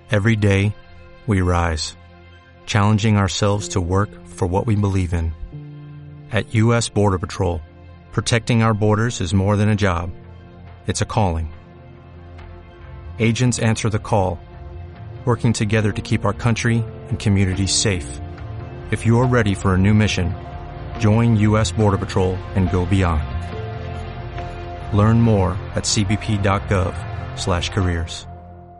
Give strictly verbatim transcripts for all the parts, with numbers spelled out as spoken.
Every day, we rise, challenging ourselves to work for what we believe in. At U S Border Patrol, protecting our borders is more than a job. It's a calling. Agents answer the call, working together to keep our country and communities safe. If you're ready for a new mission, join U S Border Patrol and go beyond. Learn more at cbp.gov slash careers.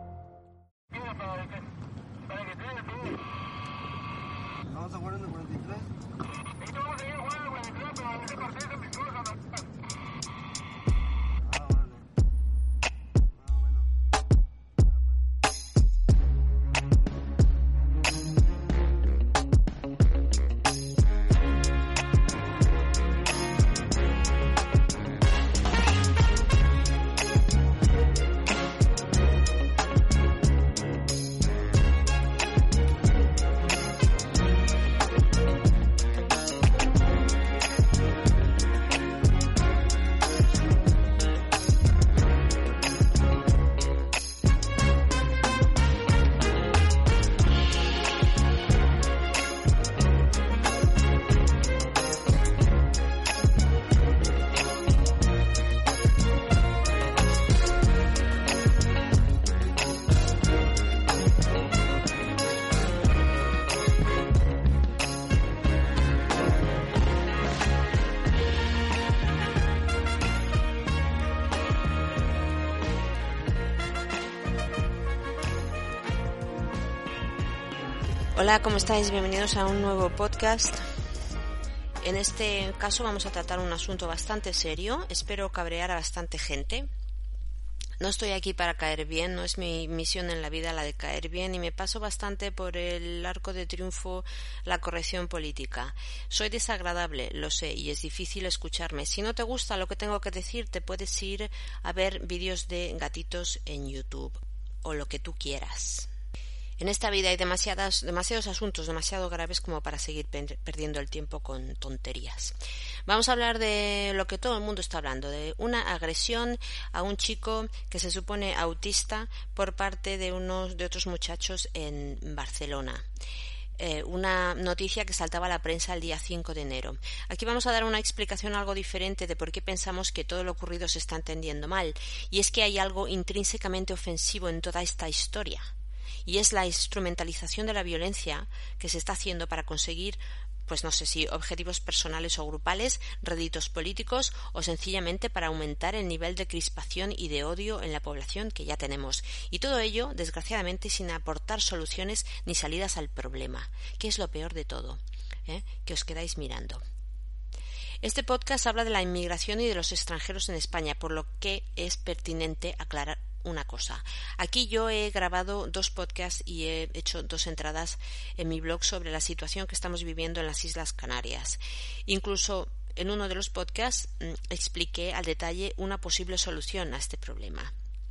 Hola, ¿cómo estáis? Bienvenidos a un nuevo podcast. En este caso vamos a tratar un asunto bastante serio. Espero cabrear a bastante gente. No estoy aquí para caer bien, no es mi misión en la vida la de caer bien y me paso bastante por el arco de triunfo la corrección política. Soy desagradable, lo sé, y es difícil escucharme. Si no te gusta lo que tengo que decir, te puedes ir a ver vídeos de gatitos en YouTube o lo que tú quieras. En esta vida hay demasiadas, demasiados asuntos demasiado graves como para seguir per- perdiendo el tiempo con tonterías. Vamos a hablar de lo que todo el mundo está hablando, de una agresión a un chico que se supone autista por parte de unos de otros muchachos en Barcelona. Eh, una noticia que saltaba a la prensa el día cinco de enero. Aquí vamos a dar una explicación algo diferente de por qué pensamos que todo lo ocurrido se está entendiendo mal, y es que hay algo intrínsecamente ofensivo en toda esta historia. Y es la instrumentalización de la violencia que se está haciendo para conseguir, pues no sé si objetivos personales o grupales, réditos políticos o sencillamente para aumentar el nivel de crispación y de odio en la población que ya tenemos. Y todo ello, desgraciadamente, sin aportar soluciones ni salidas al problema, que es lo peor de todo, ¿eh? Que os quedáis mirando. Este podcast habla de la inmigración y de los extranjeros en España, por lo que es pertinente aclarar una cosa. Aquí yo he grabado dos podcasts y he hecho dos entradas en mi blog sobre la situación que estamos viviendo en las Islas Canarias. Incluso en uno de los podcasts mmm, expliqué al detalle una posible solución a este problema.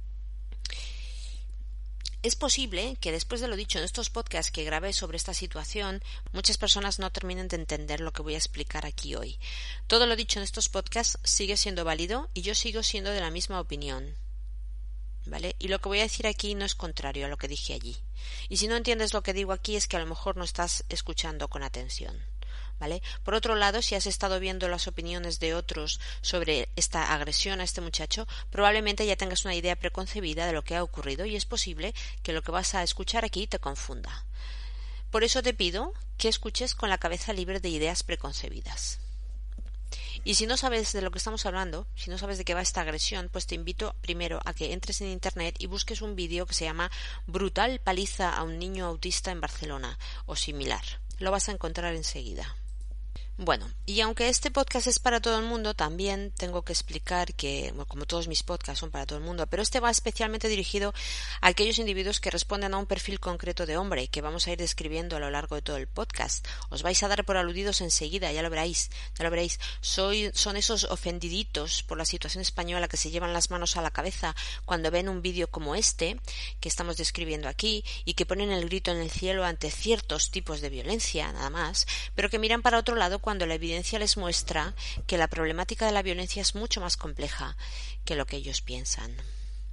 Es posible que después de lo dicho en estos podcasts que grabé sobre esta situación, muchas personas no terminen de entender lo que voy a explicar aquí hoy. Todo lo dicho en estos podcasts sigue siendo válido y yo sigo siendo de la misma opinión. ¿Vale? Y lo que voy a decir aquí no es contrario a lo que dije allí. Y si no entiendes lo que digo aquí es que a lo mejor no estás escuchando con atención. ¿Vale? Por otro lado, si has estado viendo las opiniones de otros sobre esta agresión a este muchacho, probablemente ya tengas una idea preconcebida de lo que ha ocurrido y es posible que lo que vas a escuchar aquí te confunda. Por eso te pido que escuches con la cabeza libre de ideas preconcebidas. Y si no sabes de lo que estamos hablando, si no sabes de qué va esta agresión, pues te invito primero a que entres en internet y busques un vídeo que se llama Brutal paliza a un niño autista en Barcelona o similar. Lo vas a encontrar enseguida. Bueno, y aunque este podcast es para todo el mundo, también tengo que explicar que, bueno, como todos mis podcasts son para todo el mundo, pero este va especialmente dirigido a aquellos individuos que responden a un perfil concreto de hombre que vamos a ir describiendo a lo largo de todo el podcast. Os vais a dar por aludidos enseguida, ya lo veréis, ya lo veréis. Soy, son esos ofendiditos por la situación española que se llevan las manos a la cabeza cuando ven un vídeo como este que estamos describiendo aquí y que ponen el grito en el cielo ante ciertos tipos de violencia, nada más, pero que miran para otro lado cuando la evidencia les muestra que la problemática de la violencia es mucho más compleja que lo que ellos piensan.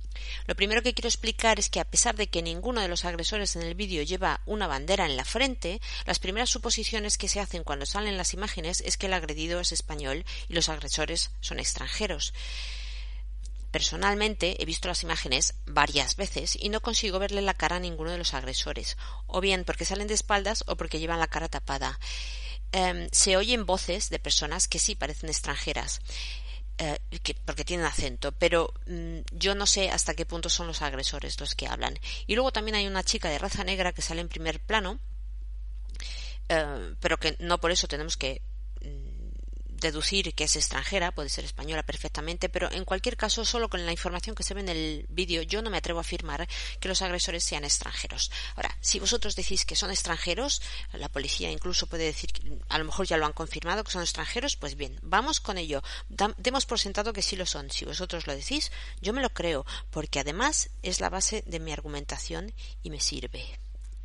Lo primero que quiero explicar es que a pesar de que ninguno de los agresores en el vídeo lleva una bandera en la frente, las primeras suposiciones que se hacen cuando salen las imágenes es que el agredido es español y los agresores son extranjeros. Personalmente he visto las imágenes varias veces y no consigo verle la cara a ninguno de los agresores, o bien porque salen de espaldas o porque llevan la cara tapada. Eh, se oyen voces de personas que sí parecen extranjeras, eh, que, porque tienen acento, pero mm, yo no sé hasta qué punto son los agresores los que hablan. Y luego también hay una chica de raza negra que sale en primer plano, eh, pero que no por eso tenemos que deducir que es extranjera, puede ser española perfectamente, pero en cualquier caso, solo con la información que se ve en el vídeo, yo no me atrevo a afirmar que los agresores sean extranjeros. Ahora, si vosotros decís que son extranjeros, la policía incluso puede decir, que a lo mejor ya lo han confirmado que son extranjeros, pues bien, vamos con ello. Demos por sentado que sí lo son. Si vosotros lo decís, yo me lo creo, porque además es la base de mi argumentación y me sirve.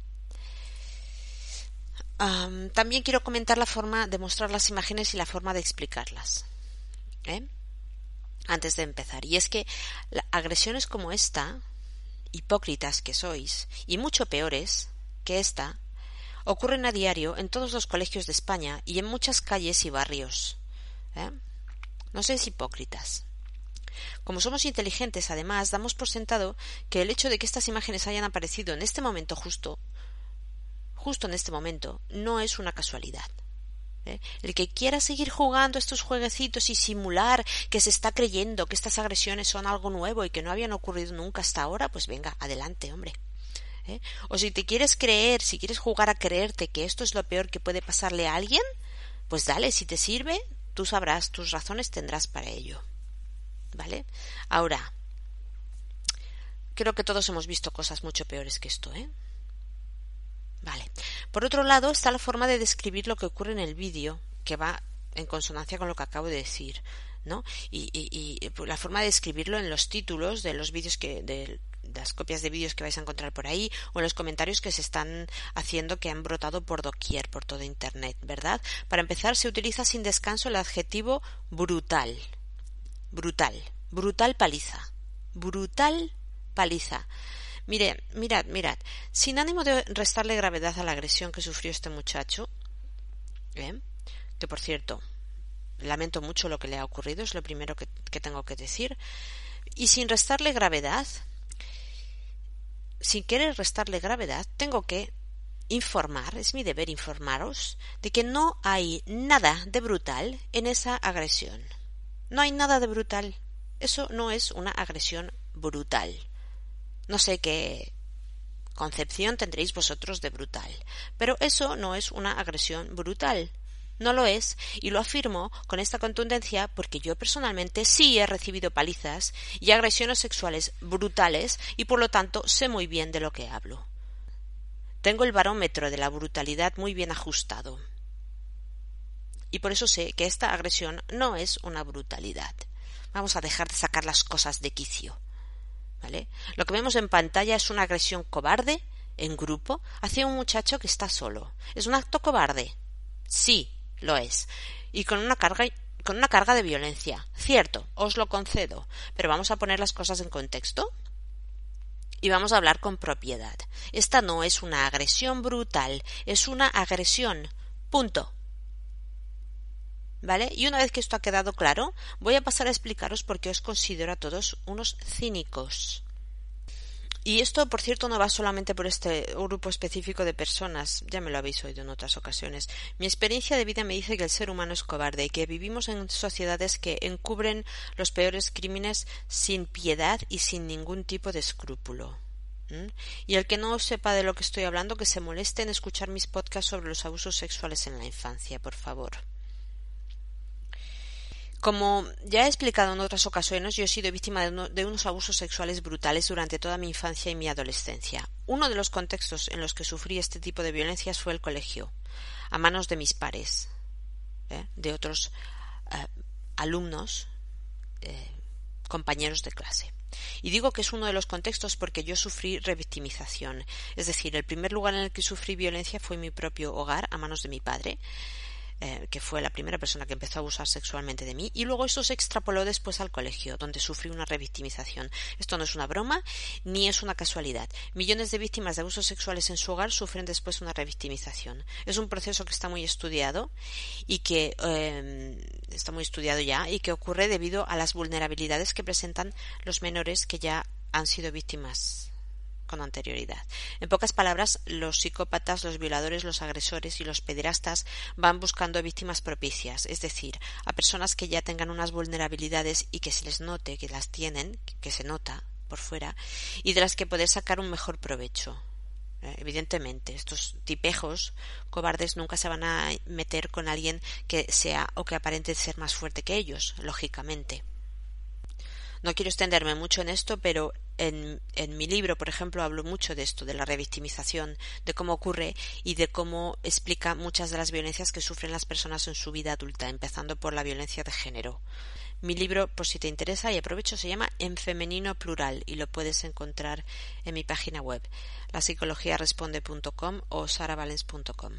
Um, también quiero comentar la forma de mostrar las imágenes y la forma de explicarlas, ¿eh? Antes de empezar. Y es que la, agresiones como esta, hipócritas que sois, y mucho peores que esta, ocurren a diario en todos los colegios de España y en muchas calles y barrios, ¿eh? No seáis hipócritas. Como somos inteligentes, además, damos por sentado que el hecho de que estas imágenes hayan aparecido en este momento justo justo en este momento, no es una casualidad. ¿Eh? El que quiera seguir jugando estos jueguecitos y simular que se está creyendo que estas agresiones son algo nuevo y que no habían ocurrido nunca hasta ahora, pues venga, adelante, hombre. ¿Eh? O si te quieres creer, si quieres jugar a creerte que esto es lo peor que puede pasarle a alguien, pues dale, si te sirve, tú sabrás, tus razones tendrás para ello. ¿Vale? Ahora, creo que todos hemos visto cosas mucho peores que esto, ¿eh? Vale. Por otro lado está la forma de describir lo que ocurre en el vídeo, que va en consonancia con lo que acabo de decir, ¿no? Y, y, y la forma de describirlo en los títulos de los vídeos que de, de las copias de vídeos que vais a encontrar por ahí o en los comentarios que se están haciendo, que han brotado por doquier, por todo internet, ¿verdad? Para empezar, se utiliza sin descanso el adjetivo brutal. Brutal. Brutal paliza. Brutal paliza. Mire, mirad, mirad, sin ánimo de restarle gravedad a la agresión que sufrió este muchacho, ¿eh? Que por cierto, lamento mucho lo que le ha ocurrido, es lo primero que, que tengo que decir, y sin restarle gravedad, sin querer restarle gravedad, tengo que informar, es mi deber informaros, de que no hay nada de brutal en esa agresión. No hay nada de brutal. Eso no es una agresión brutal. No sé qué concepción tendréis vosotros de brutal, pero eso no es una agresión brutal. No lo es, y lo afirmo con esta contundencia porque yo personalmente sí he recibido palizas y agresiones sexuales brutales y por lo tanto sé muy bien de lo que hablo. Tengo el barómetro de la brutalidad muy bien ajustado. Y por eso sé que esta agresión no es una brutalidad. Vamos a dejar de sacar las cosas de quicio. ¿Vale? Lo que vemos en pantalla es una agresión cobarde, en grupo, hacia un muchacho que está solo. ¿Es un acto cobarde? Sí, lo es. Y con una carga, con una carga de violencia. Cierto, os lo concedo. Pero vamos a poner las cosas en contexto y vamos a hablar con propiedad. Esta no es una agresión brutal, es una agresión. Punto. ¿Vale? Y una vez que esto ha quedado claro, voy a pasar a explicaros por qué os considero a todos unos cínicos. Y esto, por cierto, no va solamente por este grupo específico de personas, ya me lo habéis oído en otras ocasiones. Mi experiencia de vida me dice que el ser humano es cobarde y que vivimos en sociedades que encubren los peores crímenes sin piedad y sin ningún tipo de escrúpulo. ¿Mm? Y el que no sepa de lo que estoy hablando, que se moleste en escuchar mis podcasts sobre los abusos sexuales en la infancia, por favor. Como ya he explicado en otras ocasiones, yo he sido víctima de, uno, de unos abusos sexuales brutales durante toda mi infancia y mi adolescencia. Uno de los contextos en los que sufrí este tipo de violencias fue el colegio, a manos de mis pares, ¿eh? de otros eh, alumnos, eh, compañeros de clase. Y digo que es uno de los contextos porque yo sufrí revictimización. Es decir, el primer lugar en el que sufrí violencia fue mi propio hogar, a manos de mi padre. eh, que fue la primera persona que empezó a abusar sexualmente de mí, y luego esto se extrapoló después al colegio, donde sufrí una revictimización. Esto no es una broma ni es una casualidad. Millones de víctimas de abusos sexuales en su hogar sufren después una revictimización. Es un proceso que está muy estudiado y que eh, está muy estudiado ya y que ocurre debido a las vulnerabilidades que presentan los menores que ya han sido víctimas con anterioridad. En pocas palabras, los psicópatas, los violadores, los agresores y los pederastas van buscando víctimas propicias, es decir, a personas que ya tengan unas vulnerabilidades y que se les note que las tienen, que se nota por fuera, y de las que poder sacar un mejor provecho. Eh, evidentemente, estos tipejos cobardes nunca se van a meter con alguien que sea o que aparente ser más fuerte que ellos, lógicamente. No quiero extenderme mucho en esto, pero en, en mi libro, por ejemplo, hablo mucho de esto, de la revictimización, de cómo ocurre y de cómo explica muchas de las violencias que sufren las personas en su vida adulta, empezando por la violencia de género. Mi libro, por si te interesa, y aprovecho, se llama En femenino plural y lo puedes encontrar en mi página web, la psicología responde punto com o sara valens punto com.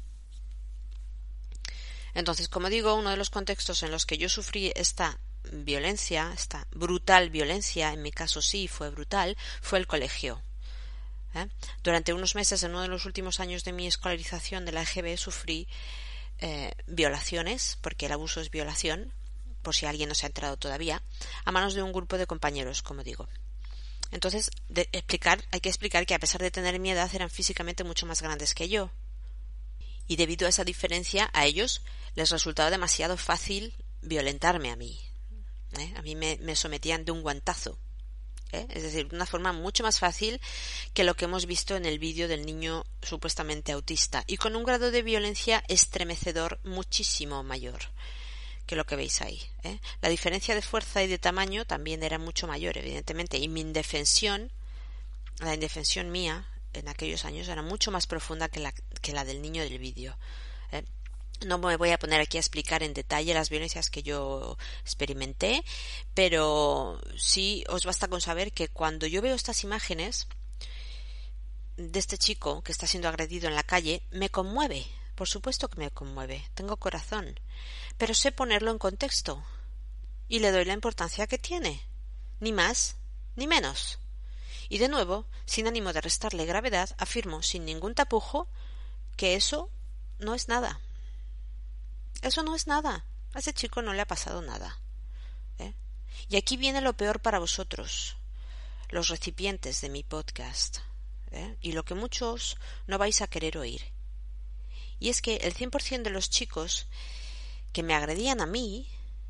Entonces, como digo, uno de los contextos en los que yo sufrí esta violencia, esta brutal violencia, en mi caso sí fue brutal, fue el colegio. ¿Eh? Durante unos meses, en uno de los últimos años de mi escolarización de la E G B, sufrí eh, violaciones, porque el abuso es violación, por si alguien no se ha enterado todavía, a manos de un grupo de compañeros, como digo. Entonces, de explicar, hay que explicar que a pesar de tener mi edad, eran físicamente mucho más grandes que yo. Y debido a esa diferencia, a ellos les resultaba demasiado fácil violentarme a mí. ¿Eh? A mí me, me sometían de un guantazo, ¿eh? Es decir, de una forma mucho más fácil que lo que hemos visto en el vídeo del niño supuestamente autista, y con un grado de violencia estremecedor muchísimo mayor que lo que veis ahí, ¿eh? La diferencia de fuerza y de tamaño también era mucho mayor, evidentemente, y mi indefensión, la indefensión mía en aquellos años era mucho más profunda que la, que la del niño del vídeo, ¿eh? No me voy a poner aquí a explicar en detalle las violencias que yo experimenté, pero sí os basta con saber que cuando yo veo estas imágenes de este chico que está siendo agredido en la calle, me conmueve, por supuesto que me conmueve, tengo corazón, pero sé ponerlo en contexto y le doy la importancia que tiene, ni más ni menos. Y de nuevo, sin ánimo de restarle gravedad, afirmo sin ningún tapujo que eso no es nada. Eso no es nada. A ese chico no le ha pasado nada. ¿Eh? Y aquí viene lo peor para vosotros, los recipientes de mi podcast, ¿eh? Y lo que muchos no vais a querer oír. Y es que el cien por ciento de los chicos que me agredían a mí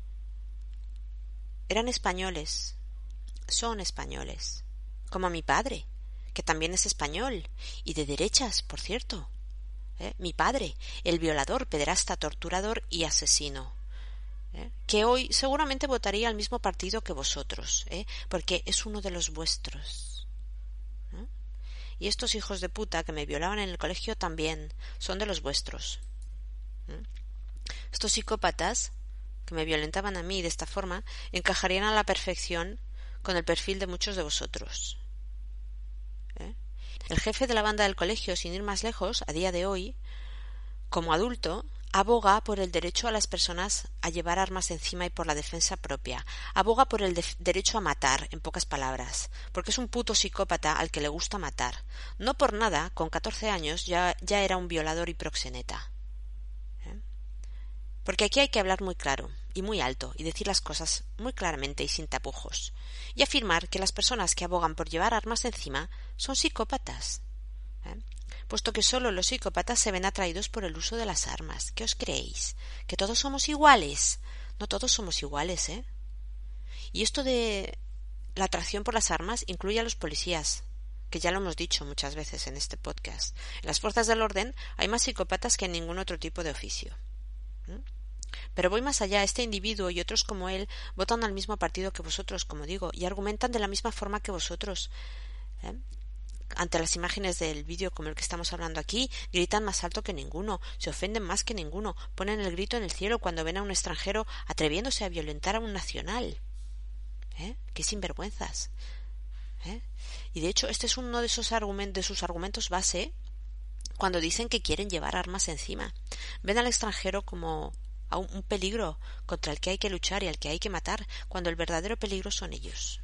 eran españoles, son españoles, como mi padre, que también es español, y de derechas, por cierto. ¿Eh? Mi padre, el violador, pederasta, torturador y asesino, ¿eh? Que hoy seguramente votaría al mismo partido que vosotros, ¿eh? Porque es uno de los vuestros, ¿eh? Y estos hijos de puta que me violaban en el colegio también son de los vuestros, ¿eh? Estos psicópatas que me violentaban a mí de esta forma encajarían a la perfección con el perfil de muchos de vosotros, ¿eh? El jefe de la banda del colegio, sin ir más lejos, a día de hoy, como adulto, aboga por el derecho a las personas a llevar armas encima y por la defensa propia. Aboga por el de- derecho a matar, en pocas palabras, porque es un puto psicópata al que le gusta matar. No por nada, con catorce años ya, ya era un violador y proxeneta. ¿Eh? Porque aquí hay que hablar muy claro y muy alto y decir las cosas muy claramente y sin tapujos, y afirmar que las personas que abogan por llevar armas encima son psicópatas, ¿eh? Puesto que solo los psicópatas se ven atraídos por el uso de las armas. ¿Qué os creéis? ¿Que todos somos iguales? No todos somos iguales, ¿eh? Y esto de la atracción por las armas incluye a los policías, que ya lo hemos dicho muchas veces en este podcast. En las fuerzas del orden hay más psicópatas que en ningún otro tipo de oficio. ¿Mm? Pero voy más allá. Este individuo y otros como él votan al mismo partido que vosotros, como digo, y argumentan de la misma forma que vosotros. ¿Eh? Ante las imágenes del vídeo como el que estamos hablando aquí, gritan más alto que ninguno, se ofenden más que ninguno, ponen el grito en el cielo cuando ven a un extranjero atreviéndose a violentar a un nacional. ¿Eh? ¡Qué sinvergüenzas! ¿Eh? Y de hecho este es uno de esos argumentos, de sus argumentos base cuando dicen que quieren llevar armas encima. Ven al extranjero como a un, un peligro contra el que hay que luchar y al que hay que matar, cuando el verdadero peligro son ellos.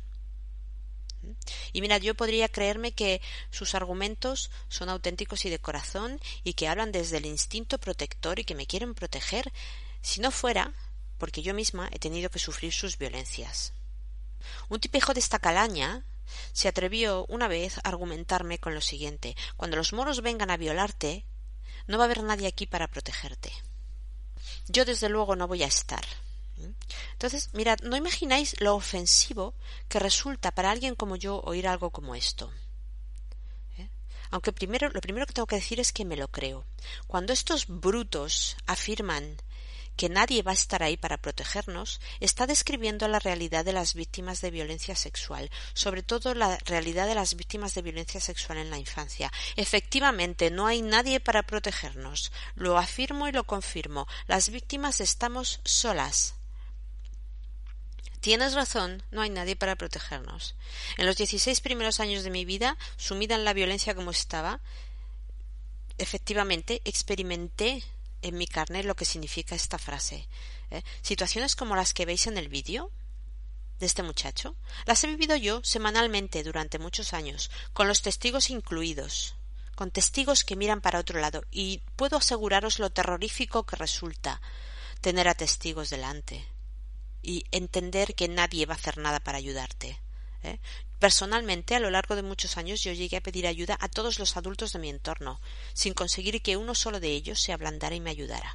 Y mira, yo podría creerme que sus argumentos son auténticos y de corazón y que hablan desde el instinto protector y que me quieren proteger, si no fuera porque yo misma he tenido que sufrir sus violencias. Un tipejo de esta calaña se atrevió una vez a argumentarme con lo siguiente: cuando los moros vengan a violarte, no va a haber nadie aquí para protegerte. Yo desde luego no voy a estar. Entonces, mirad, no imagináis lo ofensivo que resulta para alguien como yo oír algo como esto. ¿Eh? Aunque primero, lo primero que tengo que decir es que me lo creo. Cuando estos brutos afirman que nadie va a estar ahí para protegernos, está describiendo la realidad de las víctimas de violencia sexual, sobre todo la realidad de las víctimas de violencia sexual en la infancia. Efectivamente, no hay nadie para protegernos. Lo afirmo y lo confirmo. Las víctimas estamos solas. Tienes razón, no hay nadie para protegernos. En los dieciséis primeros años de mi vida, sumida en la violencia como estaba, efectivamente experimenté en mi carne lo que significa esta frase. ¿Eh? Situaciones como las que veis en el vídeo de este muchacho, las he vivido yo semanalmente durante muchos años, con los testigos incluidos, con testigos que miran para otro lado, y puedo aseguraros lo terrorífico que resulta tener a testigos delante y entender que nadie va a hacer nada para ayudarte. ¿Eh? Personalmente, a lo largo de muchos años, yo llegué a pedir ayuda a todos los adultos de mi entorno, sin conseguir que uno solo de ellos se ablandara y me ayudara.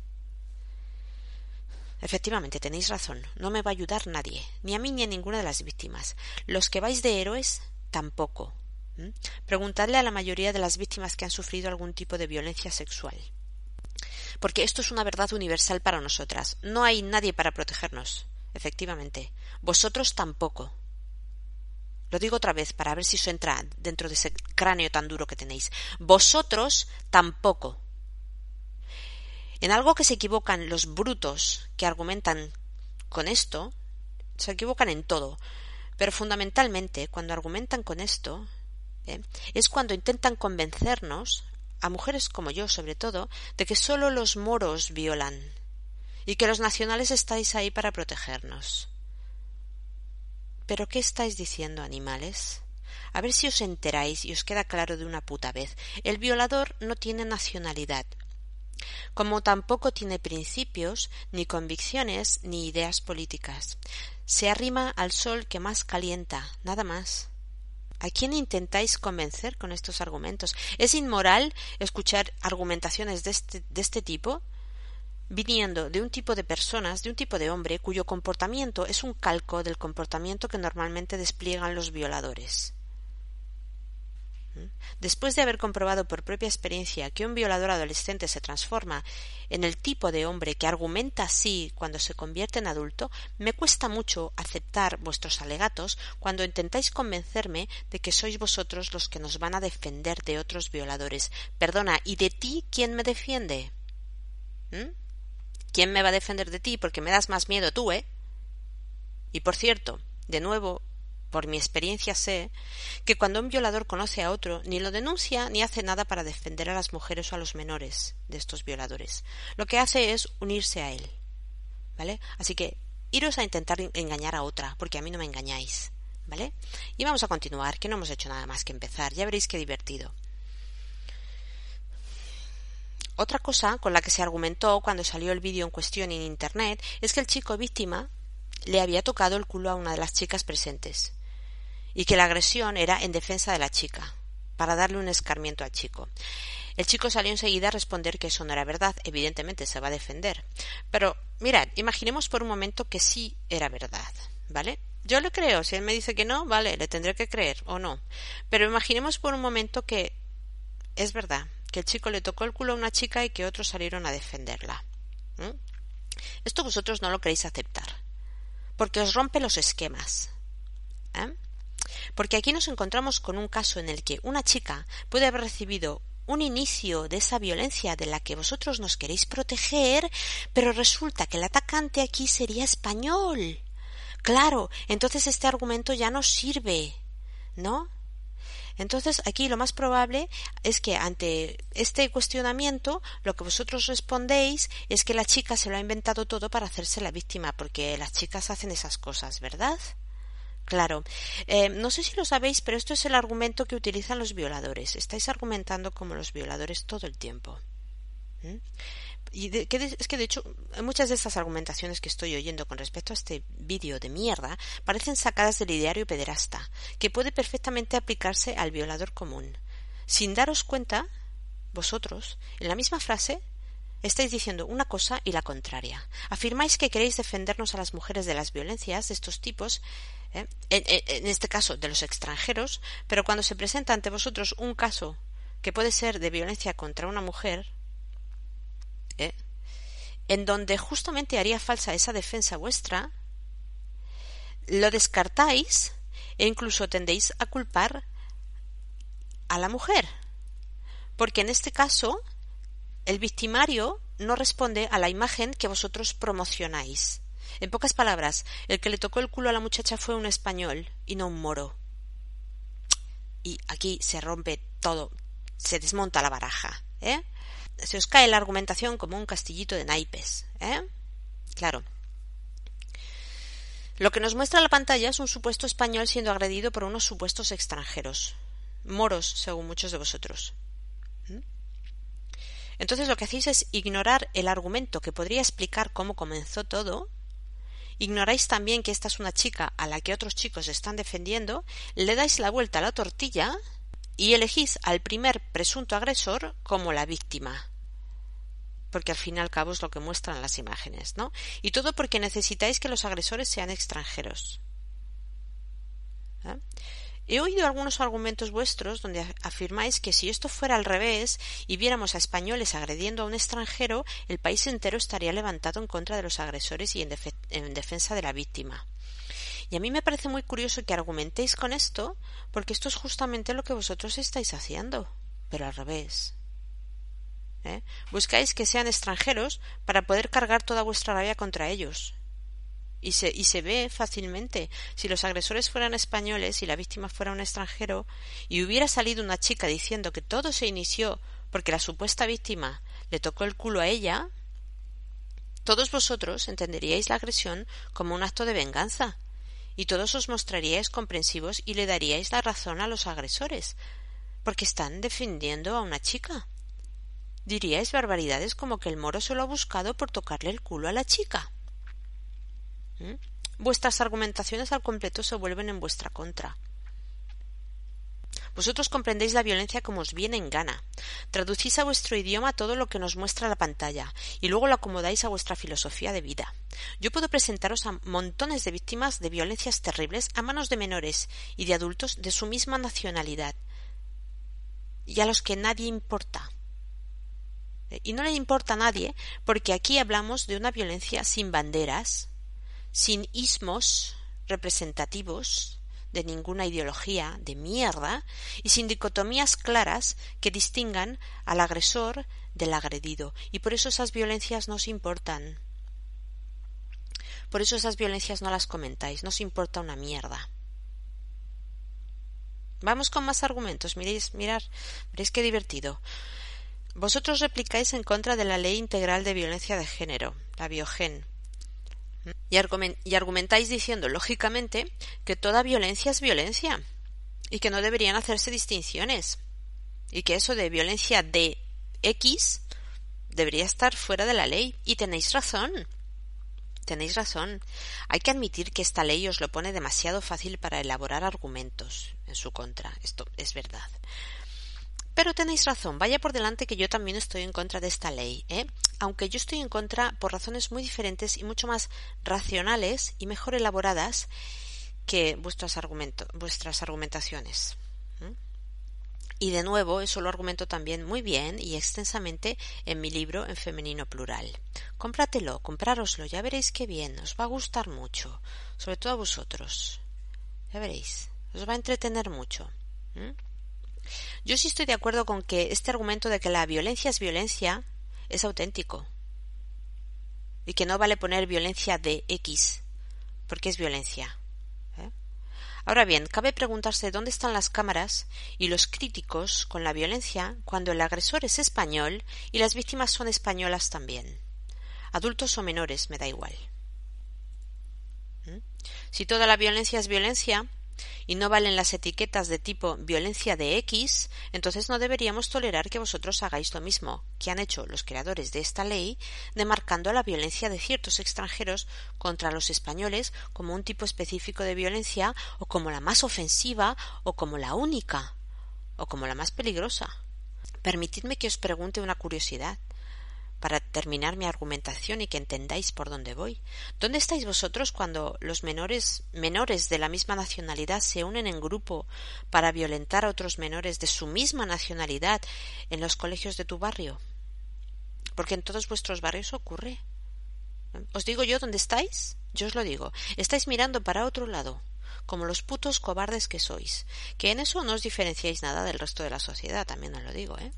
Efectivamente, tenéis razón, no me va a ayudar nadie, ni a mí ni a ninguna de las víctimas. Los que vais de héroes, tampoco. ¿Mm? Preguntadle a la mayoría de las víctimas que han sufrido algún tipo de violencia sexual. Porque esto es una verdad universal para nosotras. No hay nadie para protegernos, efectivamente. Vosotros tampoco. Lo digo otra vez para ver si eso entra dentro de ese cráneo tan duro que tenéis. Vosotros tampoco. En algo que se equivocan los brutos que argumentan con esto, se equivocan en todo, pero fundamentalmente cuando argumentan con esto, ¿eh? es cuando intentan convencernos, a mujeres como yo sobre todo, de que solo los moros violan y que los nacionales estáis ahí para protegernos. ¿Pero qué estáis diciendo, animales? A ver si os enteráis y os queda claro de una puta vez. El violador no tiene nacionalidad, como tampoco tiene principios, ni convicciones, ni ideas políticas. Se arrima al sol que más calienta, nada más. ¿A quién intentáis convencer con estos argumentos? ¿Es inmoral escuchar argumentaciones de este, de este tipo, viniendo de un tipo de personas, de un tipo de hombre, cuyo comportamiento es un calco del comportamiento que normalmente despliegan los violadores? Después de haber comprobado por propia experiencia que un violador adolescente se transforma en el tipo de hombre que argumenta así cuando se convierte en adulto, me cuesta mucho aceptar vuestros alegatos cuando intentáis convencerme de que sois vosotros los que nos van a defender de otros violadores. Perdona, ¿y de ti quién me defiende? ¿Mm? ¿Quién me va a defender de ti? Porque me das más miedo tú, ¿eh? Y por cierto, de nuevo, por mi experiencia sé que cuando un violador conoce a otro, ni lo denuncia ni hace nada para defender a las mujeres o a los menores de estos violadores. Lo que hace es unirse a él, ¿vale? Así que iros a intentar engañar a otra, porque a mí no me engañáis, ¿vale? Y vamos a continuar, que no hemos hecho nada más que empezar. Ya veréis qué divertido. Otra cosa con la que se argumentó cuando salió el vídeo en cuestión en internet es que el chico víctima le había tocado el culo a una de las chicas presentes y que la agresión era en defensa de la chica, para darle un escarmiento al chico. El chico salió enseguida a responder que eso no era verdad, evidentemente se va a defender. Pero, mirad, imaginemos por un momento que sí era verdad, ¿vale? Yo le creo, si él me dice que no, vale, le tendré que creer o no. Pero imaginemos por un momento que es verdad, que el chico le tocó el culo a una chica y que otros salieron a defenderla. ¿Mm? Esto vosotros no lo queréis aceptar, porque os rompe los esquemas. ¿Eh? Porque aquí nos encontramos con un caso en el que una chica puede haber recibido un inicio de esa violencia de la que vosotros nos queréis proteger, pero resulta que el atacante aquí sería español. Claro, entonces este argumento ya no sirve, ¿no? Entonces, aquí lo más probable es que ante este cuestionamiento lo que vosotros respondéis es que la chica se lo ha inventado todo para hacerse la víctima, porque las chicas hacen esas cosas, ¿verdad? Claro. Eh, no sé si lo sabéis, pero esto es el argumento que utilizan los violadores. Estáis argumentando como los violadores todo el tiempo. ¿Mm? Y de, que de, es que de hecho muchas de estas argumentaciones que estoy oyendo con respecto a este vídeo de mierda parecen sacadas del ideario pederasta, que puede perfectamente aplicarse al violador común. Sin daros cuenta, vosotros, en la misma frase, estáis diciendo una cosa y la contraria. Afirmáis que queréis defendernos a las mujeres de las violencias de estos tipos, ¿eh? en, en, en este caso de los extranjeros, pero cuando se presenta ante vosotros un caso que puede ser de violencia contra una mujer, ¿eh? en donde justamente haría falsa esa defensa vuestra, lo descartáis e incluso tendéis a culpar a la mujer, porque en este caso el victimario no responde a la imagen que vosotros promocionáis. En pocas palabras, el que le tocó el culo a la muchacha fue un español y no un moro. Y aquí se rompe todo, se desmonta la baraja, ¿eh? Se os cae la argumentación como un castillito de naipes, ¿eh? Claro. Lo que nos muestra la pantalla es un supuesto español siendo agredido por unos supuestos extranjeros, moros, según muchos de vosotros. ¿Mm? Entonces lo que hacéis es ignorar el argumento que podría explicar cómo comenzó todo. Ignoráis también que esta es una chica a la que otros chicos están defendiendo, le dais la vuelta a la tortilla y elegís al primer presunto agresor como la víctima, porque al fin y al cabo es lo que muestran las imágenes, ¿no? Y todo porque necesitáis que los agresores sean extranjeros. ¿Eh? He oído algunos argumentos vuestros donde afirmáis que si esto fuera al revés y viéramos a españoles agrediendo a un extranjero, el país entero estaría levantado en contra de los agresores y en, def- en defensa de la víctima. Y a mí me parece muy curioso que argumentéis con esto, porque esto es justamente lo que vosotros estáis haciendo, pero al revés. ¿Eh? Buscáis que sean extranjeros para poder cargar toda vuestra rabia contra ellos. Y se, y se ve fácilmente. Si los agresores fueran españoles y la víctima fuera un extranjero, y hubiera salido una chica diciendo que todo se inició porque la supuesta víctima le tocó el culo a ella, todos vosotros entenderíais la agresión como un acto de venganza, y todos os mostraríais comprensivos y le daríais la razón a los agresores, porque están defendiendo a una chica. Diríais barbaridades como que el moro se lo ha buscado por tocarle el culo a la chica. ¿Mm? Vuestras argumentaciones al completo se vuelven en vuestra contra. Vosotros comprendéis la violencia como os viene en gana. Traducís a vuestro idioma todo lo que nos muestra la pantalla y luego lo acomodáis a vuestra filosofía de vida. Yo puedo presentaros a montones de víctimas de violencias terribles a manos de menores y de adultos de su misma nacionalidad y a los que nadie importa. Y no le importa a nadie porque aquí hablamos de una violencia sin banderas, sin ismos representativos de ninguna ideología de mierda y sin dicotomías claras que distingan al agresor del agredido. Y por eso esas violencias no os importan. Por eso esas violencias no las comentáis, no os importa una mierda. Vamos con más argumentos, miréis, mirad, veréis qué divertido. Vosotros replicáis en contra de la Ley Integral de Violencia de Género, la Biogen, y, argument- y argumentáis diciendo, lógicamente, que toda violencia es violencia y que no deberían hacerse distinciones y que eso de violencia de X debería estar fuera de la ley. Y tenéis razón, tenéis razón. Hay que admitir que esta ley os lo pone demasiado fácil para elaborar argumentos en su contra. Esto es verdad. Pero tenéis razón, vaya por delante que yo también estoy en contra de esta ley, ¿eh? Aunque yo estoy en contra por razones muy diferentes y mucho más racionales y mejor elaboradas que vuestras, argumento, vuestras argumentaciones. ¿Mm? Y de nuevo, eso lo argumento también muy bien y extensamente en mi libro en femenino plural. Cómpratelo, comprároslo, ya veréis qué bien, os va a gustar mucho, sobre todo a vosotros. Ya veréis, os va a entretener mucho. ¿Mm? Yo sí estoy de acuerdo con que este argumento de que la violencia es violencia es auténtico y que no vale poner violencia de X porque es violencia, ¿eh? Ahora bien, cabe preguntarse dónde están las cámaras y los críticos con la violencia cuando el agresor es español y las víctimas son españolas también. Adultos o menores, me da igual. ¿Mm? Si toda la violencia es violencia y no valen las etiquetas de tipo violencia de X, entonces no deberíamos tolerar que vosotros hagáis lo mismo que han hecho los creadores de esta ley, demarcando la violencia de ciertos extranjeros contra los españoles como un tipo específico de violencia, o como la más ofensiva, o como la única, o como la más peligrosa. Permitidme que os pregunte una curiosidad para terminar mi argumentación y que entendáis por dónde voy. ¿Dónde estáis vosotros cuando los menores, menores de la misma nacionalidad se unen en grupo para violentar a otros menores de su misma nacionalidad en los colegios de tu barrio? Porque en todos vuestros barrios ocurre. ¿Os digo yo dónde estáis? Yo os lo digo. Estáis mirando para otro lado, como los putos cobardes que sois, que en eso no os diferenciáis nada del resto de la sociedad, también os lo digo, ¿eh?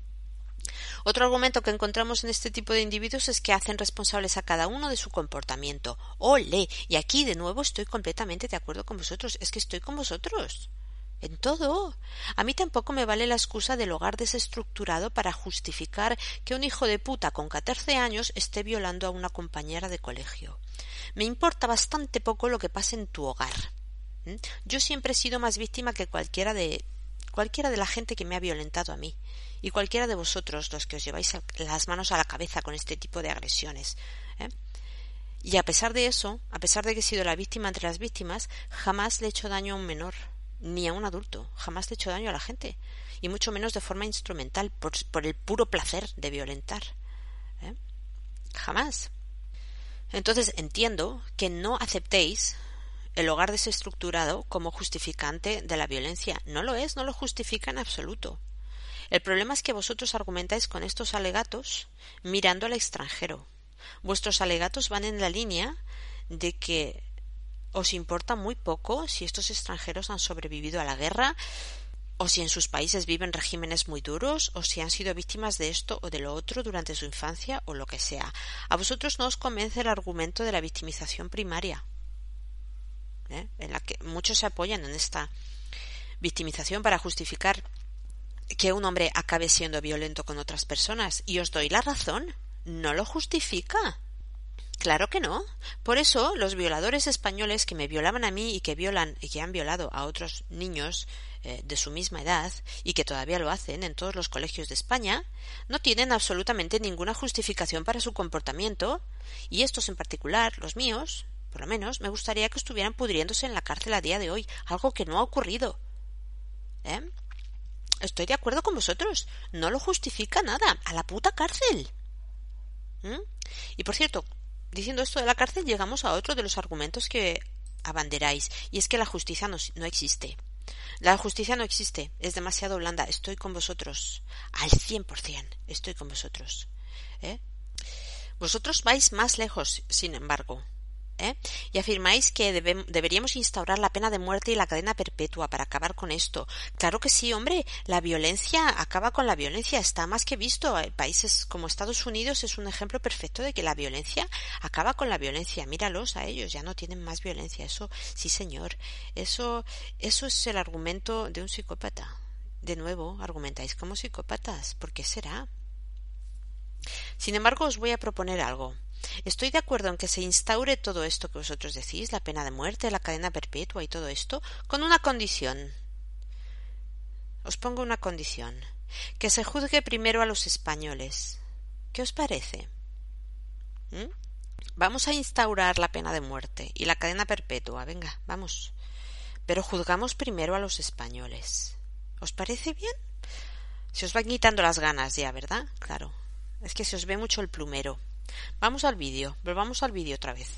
Otro argumento que encontramos en este tipo de individuos es que hacen responsables a cada uno de su comportamiento. ¡Ole! Y aquí de nuevo estoy completamente de acuerdo con vosotros. Es que estoy con vosotros. En todo. A mí tampoco me vale la excusa del hogar desestructurado para justificar que un hijo de puta con catorce años esté violando a una compañera de colegio. Me importa bastante poco lo que pase en tu hogar. ¿Mm? Yo siempre he sido más víctima que cualquiera de cualquiera de la gente que me ha violentado a mí, y cualquiera de vosotros, los que os lleváis las manos a la cabeza con este tipo de agresiones, ¿eh? Y a pesar de eso, a pesar de que he sido la víctima entre las víctimas, jamás le he hecho daño a un menor, ni a un adulto, jamás le he hecho daño a la gente, y mucho menos de forma instrumental, por, por el puro placer de violentar, ¿eh? Jamás. Entonces entiendo que no aceptéis el hogar desestructurado como justificante de la violencia. No lo es, no lo justifica en absoluto. El problema es que vosotros argumentáis con estos alegatos mirando al extranjero. Vuestros alegatos van en la línea de que os importa muy poco si estos extranjeros han sobrevivido a la guerra, o si en sus países viven regímenes muy duros, o si han sido víctimas de esto o de lo otro durante su infancia, o lo que sea. A vosotros no os convence el argumento de la victimización primaria, ¿eh? En la que muchos se apoyan en esta victimización para justificar que un hombre acabe siendo violento con otras personas, y os doy la razón, no lo justifica. Claro que no. Por eso los violadores españoles que me violaban a mí y que violan y que han violado a otros niños eh, de su misma edad, y que todavía lo hacen en todos los colegios de España, no tienen absolutamente ninguna justificación para su comportamiento, y estos en particular, los míos, por lo menos, me gustaría que estuvieran pudriéndose en la cárcel a día de hoy, algo que no ha ocurrido. ¿Eh? Estoy de acuerdo con vosotros. No lo justifica nada. A la puta cárcel. ¿Mm? Y por cierto, diciendo esto de la cárcel, llegamos a otro de los argumentos que abanderáis, y es que la justicia no, no existe. La justicia no existe. Es demasiado blanda. Estoy con vosotros. Al cien por ciento. Estoy con vosotros. ¿Eh? Vosotros vais más lejos, sin embargo. ¿Eh? Y afirmáis que debe, deberíamos instaurar la pena de muerte y la cadena perpetua para acabar con esto. Claro que sí, hombre, la violencia acaba con la violencia, está más que visto. Países como Estados Unidos es un ejemplo perfecto de que la violencia acaba con la violencia. Míralos a ellos, ya no tienen más violencia. Eso, sí señor, eso, eso es el argumento de un psicópata. De nuevo, argumentáis como psicópatas. ¿Por qué será? Sin embargo, os voy a proponer algo. Estoy de acuerdo en que se instaure todo esto que vosotros decís, la pena de muerte, la cadena perpetua y todo esto, con una condición. Os pongo una condición. Que se juzgue primero a los españoles. ¿Qué os parece? ¿Mm? Vamos a instaurar la pena de muerte y la cadena perpetua. Venga, vamos. Pero juzgamos primero a los españoles. ¿Os parece bien? Se os van quitando las ganas ya, ¿verdad? Claro. Es que se os ve mucho el plumero. Vamos al vídeo, volvamos al vídeo otra vez.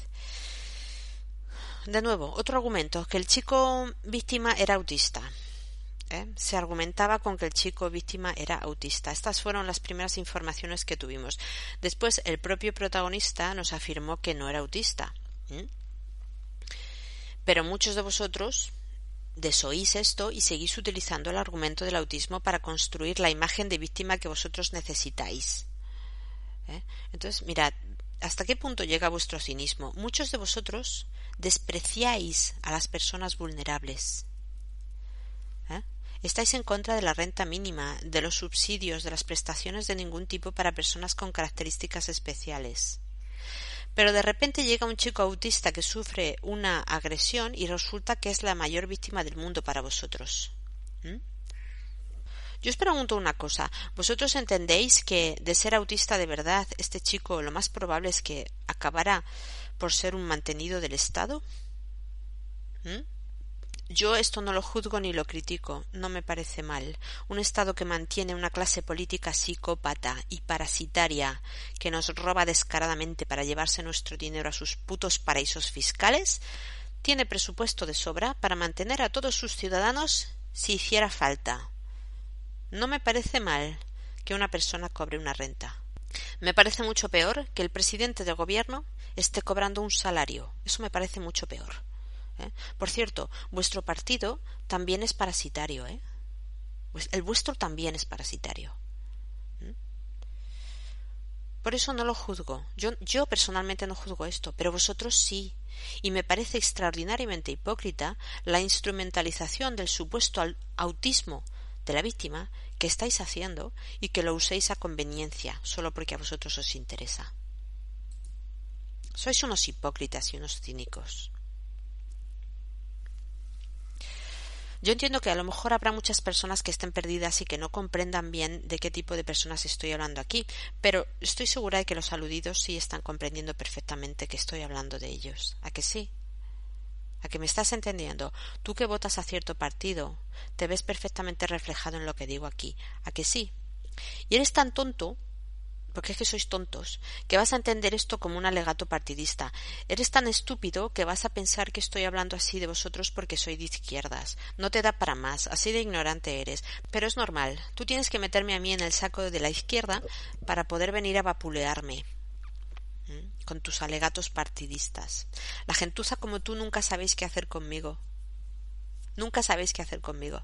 De nuevo, otro argumento, que el chico víctima era autista. ¿Eh? Se argumentaba con que el chico víctima era autista. Estas fueron las primeras informaciones que tuvimos. Después el propio protagonista nos afirmó que no era autista. ¿Mm? Pero muchos de vosotros desoís esto y seguís utilizando el argumento del autismo para construir la imagen de víctima que vosotros necesitáis. ¿Eh? Entonces, mirad, ¿Hasta qué punto llega vuestro cinismo? Muchos de vosotros despreciáis a las personas vulnerables. ¿Eh? Estáis en contra de la renta mínima, de los subsidios, de las prestaciones de ningún tipo para personas con características especiales. Pero de repente llega un chico autista que sufre una agresión y resulta que es la mayor víctima del mundo para vosotros. ¿Mm? Yo os pregunto una cosa, ¿vosotros entendéis que de ser autista de verdad, este chico lo más probable es que acabará por ser un mantenido del Estado? ¿Mm? Yo esto no lo juzgo ni lo critico, no me parece mal. Un Estado que mantiene una clase política psicópata y parasitaria que nos roba descaradamente para llevarse nuestro dinero a sus putos paraísos fiscales, tiene presupuesto de sobra para mantener a todos sus ciudadanos si hiciera falta. No me parece mal que una persona cobre una renta. Me parece mucho peor que el presidente del gobierno esté cobrando un salario. Eso me parece mucho peor. ¿Eh? Por cierto, vuestro partido también es parasitario, ¿eh? Pues el vuestro también es parasitario. ¿Mm? Por eso no lo juzgo. Yo, yo personalmente no juzgo esto, pero vosotros sí. Y me parece extraordinariamente hipócrita la instrumentalización del supuesto autismo de la víctima que estáis haciendo y que lo uséis a conveniencia, solo porque a vosotros os interesa. Sois unos hipócritas y unos cínicos. Yo entiendo que a lo mejor habrá muchas personas que estén perdidas y que no comprendan bien de qué tipo de personas estoy hablando aquí, pero estoy segura de que los aludidos sí están comprendiendo perfectamente que estoy hablando de ellos. ¿A que sí? ¿A que me estás entendiendo? Tú que votas a cierto partido, te ves perfectamente reflejado en lo que digo aquí. ¿A que sí? Y eres tan tonto, porque es que sois tontos, que vas a entender esto como un alegato partidista. Eres tan estúpido que vas a pensar que estoy hablando así de vosotros porque soy de izquierdas. No te da para más, así de ignorante eres. Pero es normal, tú tienes que meterme a mí en el saco de la izquierda para poder venir a vapulearme con tus alegatos partidistas. La gentuza como tú nunca sabéis qué hacer conmigo. Nunca sabéis qué hacer conmigo.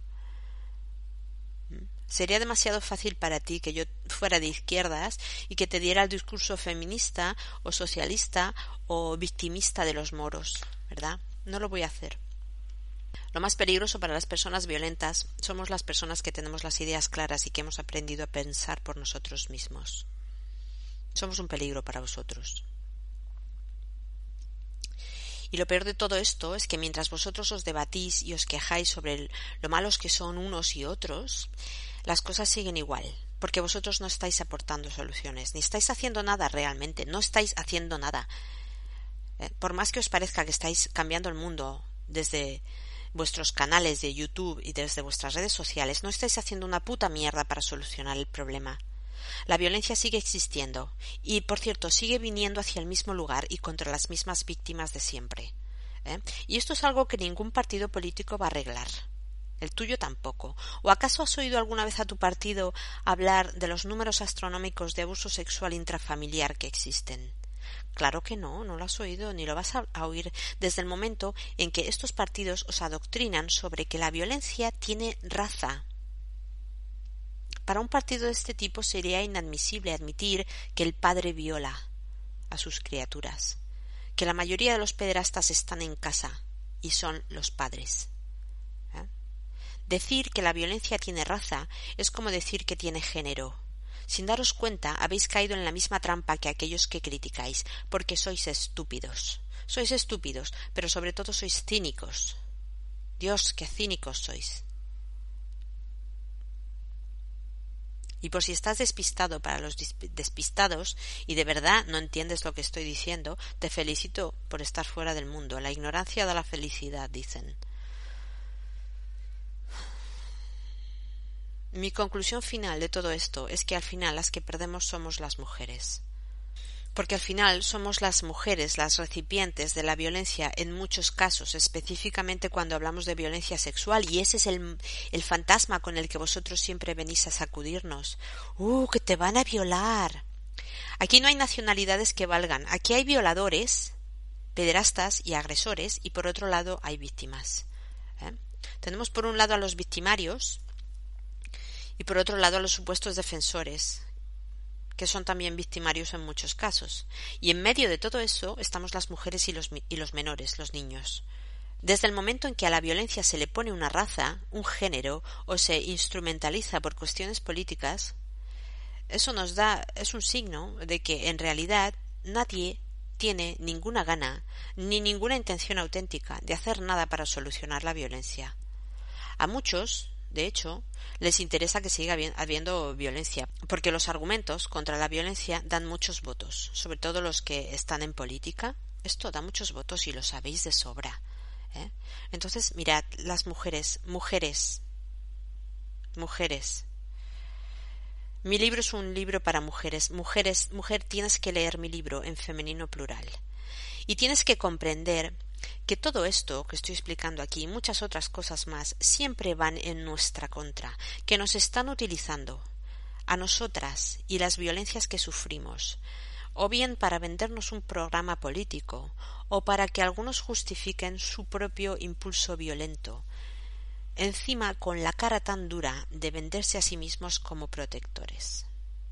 Sería demasiado fácil para ti que yo fuera de izquierdas y que te diera el discurso feminista o socialista o victimista de los moros, ¿verdad? No lo voy a hacer. Lo más peligroso para las personas violentas somos las personas que tenemos las ideas claras y que hemos aprendido a pensar por nosotros mismos. Somos un peligro para vosotros. Y lo peor de todo esto es que mientras vosotros os debatís y os quejáis sobre el, lo malos que son unos y otros, las cosas siguen igual, porque vosotros no estáis aportando soluciones, ni estáis haciendo nada realmente, no estáis haciendo nada. Eh, por más que os parezca que estáis cambiando el mundo desde vuestros canales de YouTube y desde vuestras redes sociales, no estáis haciendo una puta mierda para solucionar el problema. La violencia sigue existiendo y, por cierto, sigue viniendo hacia el mismo lugar y contra las mismas víctimas de siempre. ¿Eh? Y esto es algo que ningún partido político va a arreglar. El tuyo tampoco. ¿O acaso has oído alguna vez a tu partido hablar de los números astronómicos de abuso sexual intrafamiliar que existen? Claro que no, no lo has oído ni lo vas a oír desde el momento en que estos partidos os adoctrinan sobre que la violencia tiene raza. Para un partido de este tipo sería inadmisible admitir que el padre viola a sus criaturas, que la mayoría de los pederastas están en casa y son los padres. ¿Eh? Decir que la violencia tiene raza es como decir que tiene género. Sin daros cuenta, habéis caído en la misma trampa que aquellos que criticáis, porque sois estúpidos. Sois estúpidos, pero sobre todo sois cínicos. Dios, qué cínicos sois. Y por si estás despistado para los despistados y de verdad no entiendes lo que estoy diciendo, te felicito por estar fuera del mundo. La ignorancia da la felicidad, dicen. Mi conclusión final de todo esto es que al final las que perdemos somos las mujeres. Porque al final somos las mujeres las recipientes de la violencia en muchos casos, específicamente cuando hablamos de violencia sexual, y ese es el, el fantasma con el que vosotros siempre venís a sacudirnos. ¡Uh, que te van a violar! Aquí no hay nacionalidades que valgan, aquí hay violadores, pederastas y agresores, y por otro lado hay víctimas. ¿Eh? Tenemos por un lado a los victimarios y por otro lado a los supuestos defensores, que son también victimarios en muchos casos. Y en medio de todo eso estamos las mujeres y los, y los menores, los niños. Desde el momento en que a la violencia se le pone una raza, un género, o se instrumentaliza por cuestiones políticas, eso nos da, es un signo de que en realidad nadie tiene ninguna gana ni ninguna intención auténtica de hacer nada para solucionar la violencia. A muchos, de hecho, les interesa que siga habiendo violencia, porque los argumentos contra la violencia dan muchos votos, sobre todo los que están en política. Esto da muchos votos y lo sabéis de sobra. ¿Eh? Entonces, mirad, las mujeres, mujeres, mujeres. Mi libro es un libro para mujeres. Mujeres, mujer, tienes que leer mi libro en femenino plural. Y tienes que comprender que todo esto que estoy explicando aquí y muchas otras cosas más siempre van en nuestra contra, que nos están utilizando a nosotras y las violencias que sufrimos, o bien para vendernos un programa político, o para que algunos justifiquen su propio impulso violento, encima con la cara tan dura de venderse a sí mismos como protectores.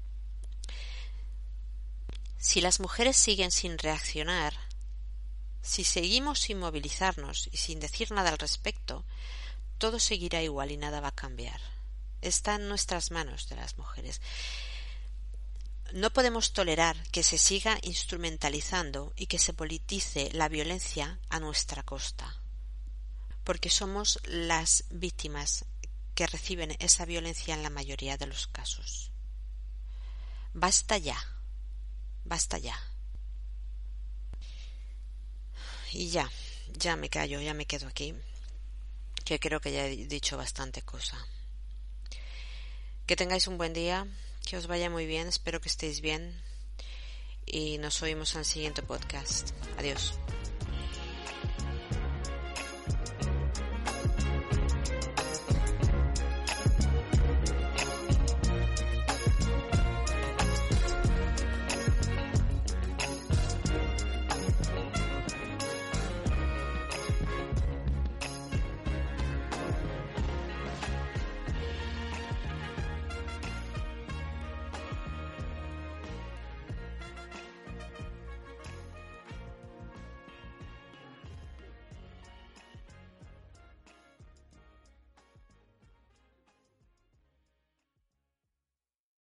Si las mujeres siguen sin reaccionar, si seguimos sin movilizarnos y sin decir nada al respecto, todo seguirá igual y nada va a cambiar. Está en nuestras manos de las mujeres. No podemos tolerar que se siga instrumentalizando y que se politice la violencia a nuestra costa, porque somos las víctimas que reciben esa violencia en la mayoría de los casos. Basta ya, basta ya. Y ya, ya me callo, ya me quedo aquí, que creo que ya he dicho bastante cosa. Que tengáis un buen día, que os vaya muy bien, espero que estéis bien y nos oímos en el siguiente podcast. Adiós.